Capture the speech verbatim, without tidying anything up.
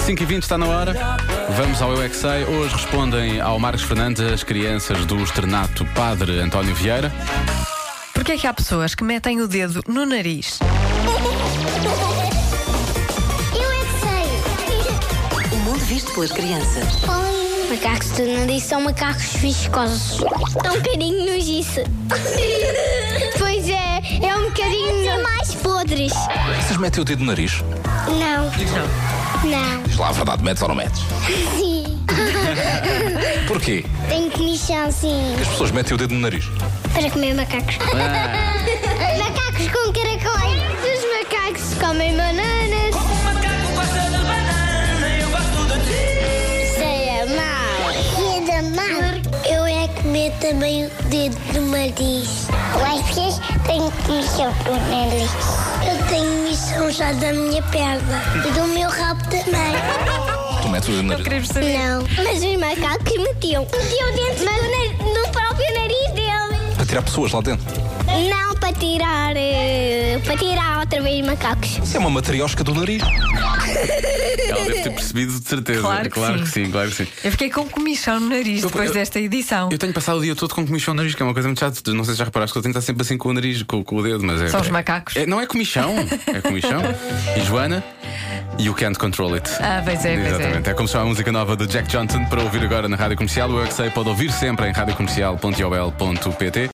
cinco e vinte está na hora. Vamos ao Eu É Que Sei. Hoje respondem ao Marcos Fernandes as crianças do externato Padre António Vieira. Porquê é que há pessoas que metem o dedo no nariz? Eu é que sei. O mundo visto pelas crianças. Macacos do nariz são macacos viscosos. É um bocadinho nojice. Pois é, é um bocadinho. São mais podres. Vocês metem o dedo no nariz? Não. Não. Diz lá a verdade, metes ou não metes? Sim. Porquê? Tenho comichão, sim. As pessoas metem o dedo no nariz. Para comer macacos. Macacos com caracóis. Os macacos comem bananas. Isso é mau. Isso é mau. Eu é que meto também o dedo no nariz. Vocês têm comichão no nariz. Eu tenho comichão já da minha perna. E do meu rabo também. Tu metes o dedo no Não nariz. queremos saber. Não. Mas os macacos metiam. Metiam dentro no, no próprio nariz deles. Para tirar pessoas lá dentro. Não para tirar. eh, para tirar outra vez macacos. Isso é uma matriosca do nariz. Ela deve ter percebido de certeza. Claro que sim. que sim, claro que sim. Eu fiquei com comichão no nariz Eu- depois eu- desta edição. Eu tenho passado o dia todo com comichão no nariz, que é uma coisa muito chata. Tu Não sei se já reparaste que eu tenho que estar sempre assim com o nariz, com, com o dedo, mas é. São os é- macacos. é- não é comichão, é comichão. E Joana, You Can't Control It. Ah, pois é, pois é. Exatamente. É como se chama a música nova de Jack Johnson para ouvir agora na Rádio Comercial. O Eu É Que Sei pode ouvir sempre em radiocomercial ponto i o l ponto p t.